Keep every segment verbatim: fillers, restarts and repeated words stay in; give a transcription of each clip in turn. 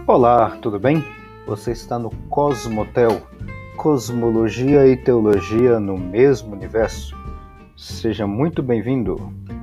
Olá, tudo bem? Você está no Cosmotel, Cosmologia e Teologia no mesmo universo. Seja muito bem-vindo.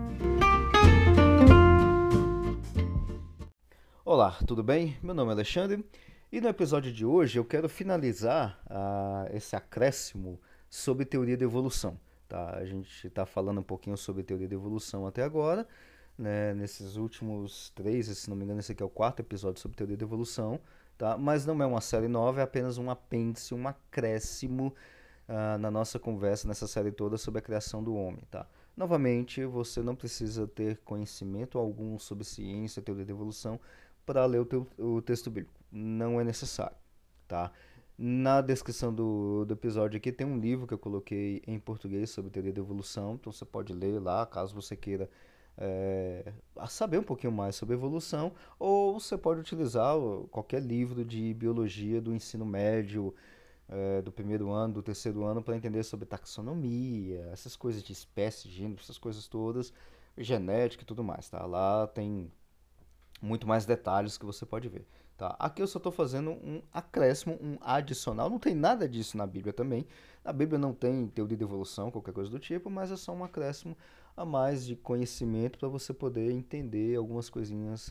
Olá, tudo bem? Meu nome é Alexandre e no episódio de hoje eu quero finalizar uh, esse acréscimo sobre teoria da evolução. Tá? A gente está falando um pouquinho sobre teoria da evolução até agora, né? Nesses últimos três, se não me engano, esse aqui é o quarto episódio sobre teoria da evolução, tá? Mas não é uma série nova, é apenas um apêndice, um acréscimo uh, na nossa conversa, nessa série toda sobre a criação do homem. Tá? Novamente, você não precisa ter conhecimento algum sobre ciência, teoria da evolução, para ler o, teu, o texto bíblico. Não é necessário. Tá? Na descrição do, do episódio aqui tem um livro que eu coloquei em português sobre teoria da evolução, então você pode ler lá, caso você queira É, saber um pouquinho mais sobre evolução, ou você pode utilizar qualquer livro de biologia do ensino médio, é, do primeiro ano, do terceiro ano, para entender sobre taxonomia, essas coisas de espécie, gênero, essas coisas todas, genética e tudo mais, tá? Lá tem muito mais detalhes que você pode ver. Tá? Aqui eu só estou fazendo um acréscimo, um adicional, não tem nada disso na Bíblia também. Na Bíblia não tem teoria de evolução, qualquer coisa do tipo, mas é só um acréscimo a mais de conhecimento para você poder entender algumas coisinhas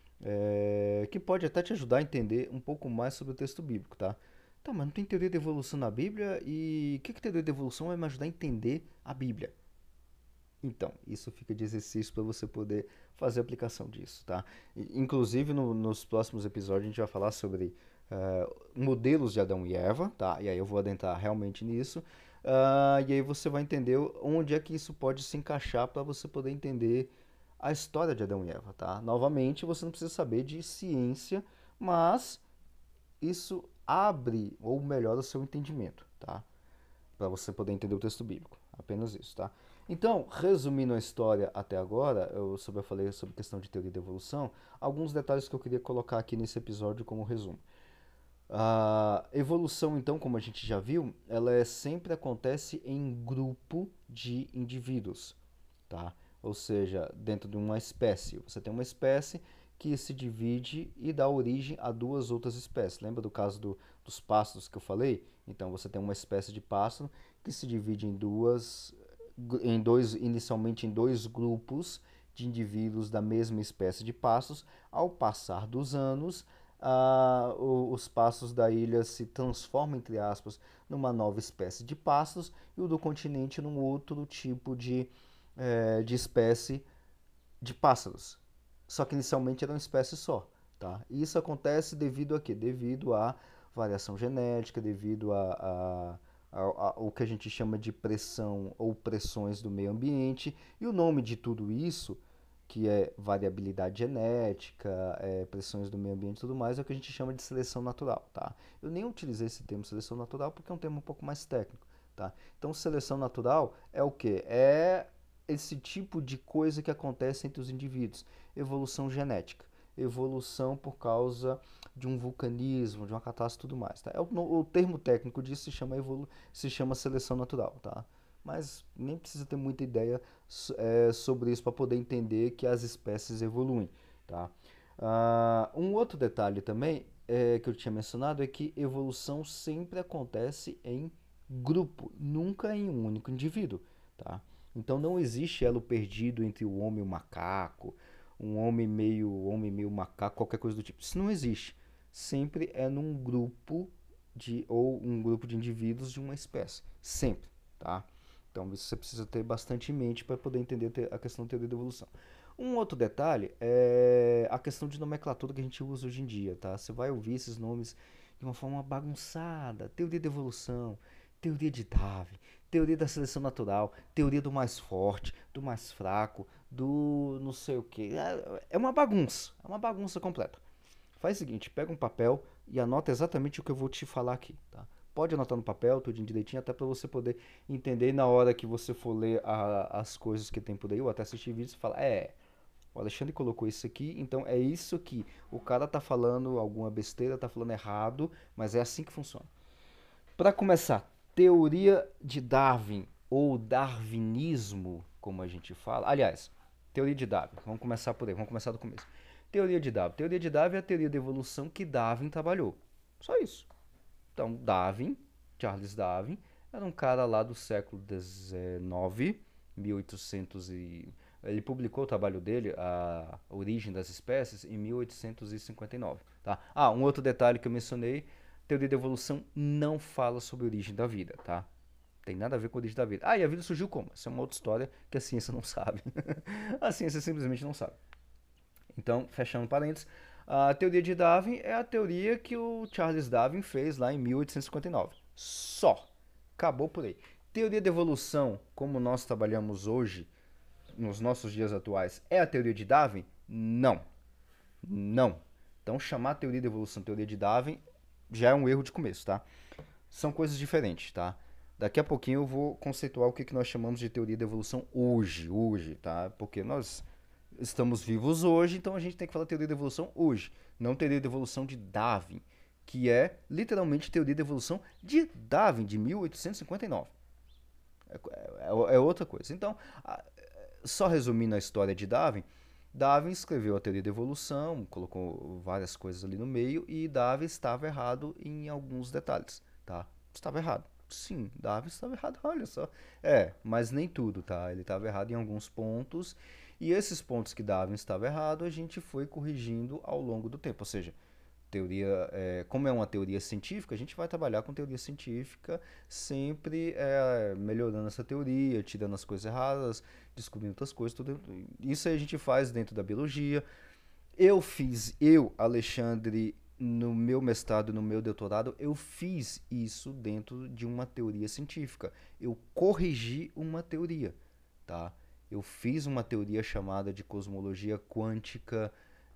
é, que pode até te ajudar a entender um pouco mais sobre o texto bíblico, tá? Tá, mas não tem teoria de evolução na Bíblia e o que, que teoria de evolução vai me ajudar a entender a Bíblia? Então, isso fica de exercício para você poder fazer a aplicação disso, tá? Inclusive, no, nos próximos episódios, a gente vai falar sobre uh, modelos de Adão e Eva, tá? E aí eu vou adentrar realmente nisso. Uh, e aí você vai entender onde é que isso pode se encaixar para você poder entender a história de Adão e Eva, tá? Novamente, você não precisa saber de ciência, mas isso abre ou melhora o seu entendimento, tá? Para você poder entender o texto bíblico. Apenas isso, tá? Então, resumindo a história até agora, eu, sobre, eu falei sobre questão de teoria da evolução, alguns detalhes que eu queria colocar aqui nesse episódio como resumo. A evolução, então, como a gente já viu, ela é, sempre acontece em grupo de indivíduos, tá? Ou seja, dentro de uma espécie. Você tem uma espécie que se divide e dá origem a duas outras espécies. Lembra do caso do, dos pássaros que eu falei? Então, você tem uma espécie de pássaro que se divide em duas, em dois, inicialmente em dois grupos de indivíduos da mesma espécie de pássaros. Ao passar dos anos, ah, os pássaros da ilha se transformam, entre aspas, numa nova espécie de pássaros e o do continente num outro tipo de, é, de espécie de pássaros. Só que inicialmente era uma espécie só. Tá? E isso acontece devido a quê? Devido à variação genética, devido a, a, a, a o que a gente chama de pressão ou pressões do meio ambiente. E o nome de tudo isso, que é variabilidade genética, é, pressões do meio ambiente e tudo mais, é o que a gente chama de seleção natural. Tá? Eu nem utilizei esse termo seleção natural porque é um termo um pouco mais técnico. Tá? Então, seleção natural é o quê? É esse tipo de coisa que acontece entre os indivíduos. Evolução genética. Evolução por causa de um vulcanismo, de uma catástrofe e tudo mais. Tá? É o, o termo técnico disso se chama, evolu se chama seleção natural. Tá? Mas nem precisa ter muita ideia é, sobre isso para poder entender que as espécies evoluem. Tá? Uh, um outro detalhe também é, que eu tinha mencionado é que evolução sempre acontece em grupo, nunca em um único indivíduo. Tá? Então não existe elo perdido entre o homem e o macaco, um homem meio homem meio macaco, qualquer coisa do tipo. Isso não existe. Sempre é num grupo de ou um grupo de indivíduos de uma espécie, sempre, tá? Então isso você precisa ter bastante em mente para poder entender a questão da teoria da evolução. Um outro detalhe é a questão de nomenclatura que a gente usa hoje em dia, tá? Você vai ouvir esses nomes de uma forma bagunçada, teoria da evolução, teoria de Darwin, teoria da seleção natural, teoria do mais forte, do mais fraco, do não sei o que. É uma bagunça, é uma bagunça completa. Faz o seguinte, pega um papel e anota exatamente o que eu vou te falar aqui, tá? Pode anotar no papel, tudinho direitinho, até para você poder entender na hora que você for ler a, as coisas que tem por aí, ou até assistir vídeos e falar, é, o Alexandre colocou isso aqui, então é isso aqui. O cara tá falando alguma besteira, tá falando errado, mas é assim que funciona. Para começar, teoria de Darwin, ou darwinismo, como a gente fala. Aliás, teoria de Darwin, vamos começar por aí, vamos começar do começo. Teoria de Darwin. Teoria de Darwin é a teoria da evolução que Darwin trabalhou. Só isso. Então, Darwin, Charles Darwin, era um cara lá do século dezenove, mil e oitocentos e... Ele publicou o trabalho dele, A Origem das Espécies, em mil oitocentos e cinquenta e nove. Tá? Ah, um outro detalhe que eu mencionei, teoria da evolução não fala sobre a origem da vida, tá? Tem nada a ver com a origem da vida. Ah, e a vida surgiu como? Essa é uma outra história que a ciência não sabe. A ciência simplesmente não sabe. Então, fechando parênteses, a teoria de Darwin é a teoria que o Charles Darwin fez lá em mil oitocentos e cinquenta e nove. Só. Acabou por aí. Teoria da evolução, como nós trabalhamos hoje, nos nossos dias atuais, é a teoria de Darwin? Não. Não. Então, chamar a teoria da evolução teoria de Darwin já é um erro de começo, tá? São coisas diferentes, tá? Daqui a pouquinho eu vou conceituar o que que nós chamamos de teoria da evolução hoje, hoje, tá? Porque nós estamos vivos hoje, então a gente tem que falar teoria da evolução hoje, não teoria da evolução de Darwin, que é literalmente teoria da evolução de Darwin, de mil oitocentos e cinquenta e nove. É, é, é outra coisa. Então, a, só resumindo a história de Darwin, Darwin escreveu a teoria da evolução, colocou várias coisas ali no meio, e Darwin estava errado em alguns detalhes, tá? Estava errado. Sim, Darwin estava errado, olha só. É, mas nem tudo, tá? Ele estava errado em alguns pontos, e esses pontos que Darwin estava errado, a gente foi corrigindo ao longo do tempo. Ou seja, teoria, é, como é uma teoria científica, a gente vai trabalhar com teoria científica, sempre é, melhorando essa teoria, tirando as coisas erradas, descobrindo outras coisas. Tudo, isso a gente faz dentro da biologia. Eu fiz, eu, Alexandre, no meu mestrado, no meu doutorado, eu fiz isso dentro de uma teoria científica. Eu corrigi uma teoria, tá? Eu fiz uma teoria chamada de cosmologia quântica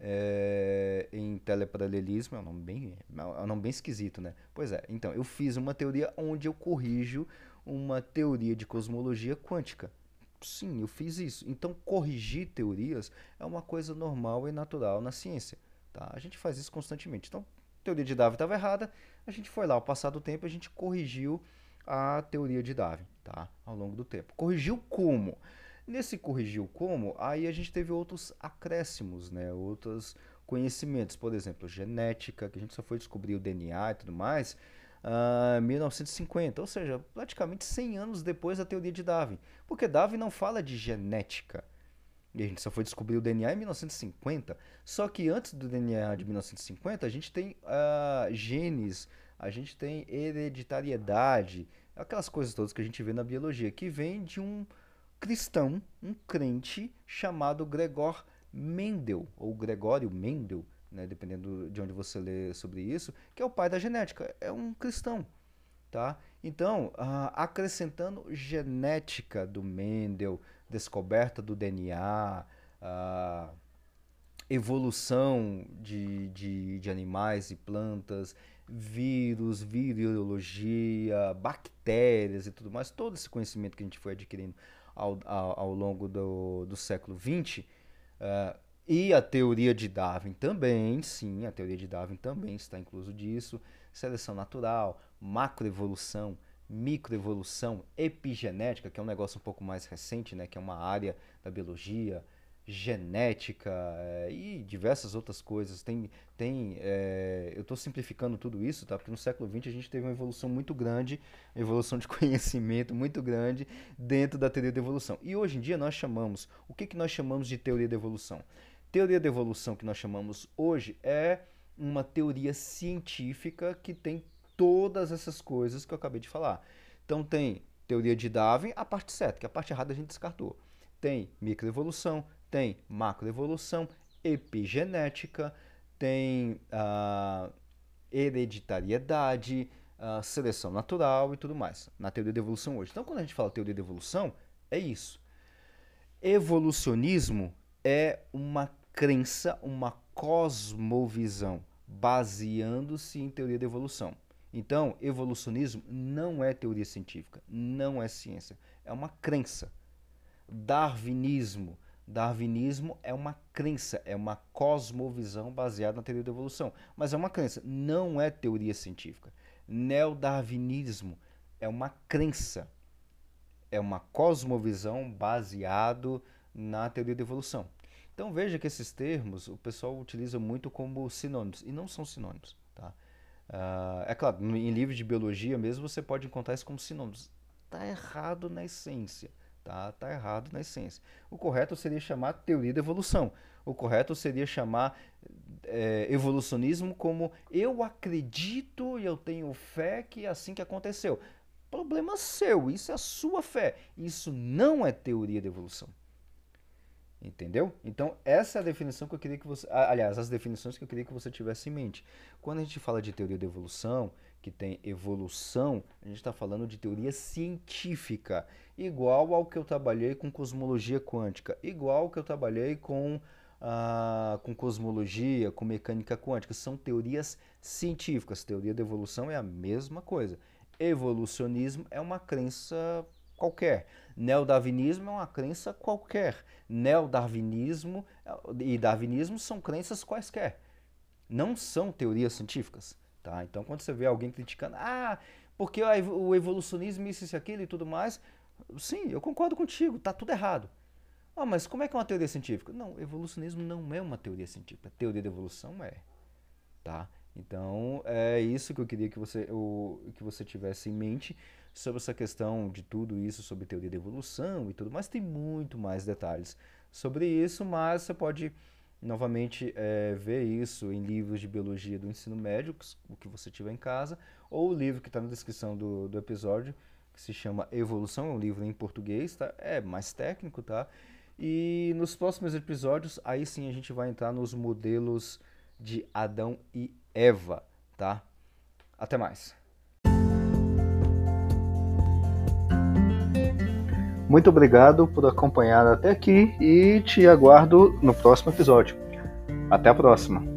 é, em teleparalelismo. É um nome bem, é um nome bem esquisito, né? Pois é, então, eu fiz uma teoria onde eu corrijo uma teoria de cosmologia quântica. Sim, eu fiz isso. Então, corrigir teorias é uma coisa normal e natural na ciência. Tá? A gente faz isso constantemente. Então, a teoria de Darwin estava errada, a gente foi lá, ao passar do tempo, a gente corrigiu a teoria de Darwin, tá? Ao longo do tempo. Corrigiu como? Nesse corrigiu como, aí a gente teve outros acréscimos, né? Outros conhecimentos, por exemplo, genética, que a gente só foi descobrir o D N A e tudo mais, em mil novecentos e cinquenta, ou seja, praticamente cem anos depois da teoria de Darwin. Porque Darwin não fala de genética. E a gente só foi descobrir o D N A em mil novecentos e cinquenta. Só que antes do D N A de mil novecentos e cinquenta, a gente tem uh, genes, a gente tem hereditariedade, aquelas coisas todas que a gente vê na biologia, que vem de um cristão, um crente chamado Gregor Mendel, ou Gregório Mendel, né, dependendo de onde você lê sobre isso, que é o pai da genética, é um cristão. Tá? Então, ah, acrescentando genética do Mendel, descoberta do D N A, ah, evolução de, de, de animais e plantas, vírus, virologia, bactérias e tudo mais, todo esse conhecimento que a gente foi adquirindo ao, ao, ao longo do, do século vinte, ah, e a teoria de Darwin também, sim, a teoria de Darwin também está incluso disso, seleção natural, macroevolução, microevolução, epigenética, que é um negócio um pouco mais recente, né, que é uma área da biologia, genética é, e diversas outras coisas. Tem, tem, é, eu estou simplificando tudo isso, tá? Porque no século vinte a gente teve uma evolução muito grande, uma evolução de conhecimento muito grande dentro da teoria da evolução. E hoje em dia nós chamamos, o que, que nós chamamos de teoria da evolução? Teoria da evolução que nós chamamos hoje é uma teoria científica que tem todas essas coisas que eu acabei de falar. Então tem teoria de Darwin, a parte certa, que a parte errada a gente descartou. Tem microevolução, tem macroevolução, epigenética, tem a hereditariedade, a seleção natural e tudo mais, na teoria da evolução hoje. Então, quando a gente fala teoria da evolução, é isso. Evolucionismo é uma crença, uma cosmovisão, baseando-se em teoria da evolução. Então, evolucionismo não é teoria científica, não é ciência, é uma crença. Darwinismo. Darwinismo é uma crença, é uma cosmovisão baseada na teoria da evolução, mas é uma crença, não é teoria científica. Neodarwinismo é uma crença, é uma cosmovisão baseado na teoria da evolução. Então veja que esses termos o pessoal utiliza muito como sinônimos, e não são sinônimos, tá? Uh, é claro, em livros de biologia mesmo você pode encontrar isso como sinônimos. Tá errado na essência, tá? Tá errado na essência. O correto seria chamar teoria da evolução. O correto seria chamar é, evolucionismo como eu acredito e eu tenho fé que é assim que aconteceu. Problema seu, isso é a sua fé. Isso não é teoria da evolução. Entendeu? Então, essa é a definição que eu queria que você... Aliás, as definições que eu queria que você tivesse em mente. Quando a gente fala de teoria da evolução, que tem evolução, a gente está falando de teoria científica, igual ao que eu trabalhei com cosmologia quântica, igual ao que eu trabalhei com, ah, com cosmologia, com mecânica quântica. São teorias científicas. Teoria da evolução é a mesma coisa. Evolucionismo é uma crença qualquer. Neodarwinismo é uma crença qualquer. Neodarwinismo e darwinismo são crenças quaisquer. Não são teorias científicas. Tá? Então, quando você vê alguém criticando, ah, porque o evolucionismo, isso, isso, aquilo e tudo mais, sim, eu concordo contigo, tá tudo errado. Ah, mas como é que é uma teoria científica? Não, evolucionismo não é uma teoria científica. Teoria da evolução é. Tá? Então, é isso que eu queria que você, o, que você tivesse em mente sobre essa questão de tudo isso, sobre teoria da evolução e tudo mais. Tem muito mais detalhes sobre isso, mas você pode novamente é, ver isso em livros de biologia do ensino médio, o que você tiver em casa, ou o livro que está na descrição do, do episódio, que se chama Evolução, é um livro em português, tá? É mais técnico, tá? E nos próximos episódios, aí sim a gente vai entrar nos modelos de Adão e Eva, tá? Até mais. Muito obrigado por acompanhar até aqui e te aguardo no próximo episódio. Até a próxima.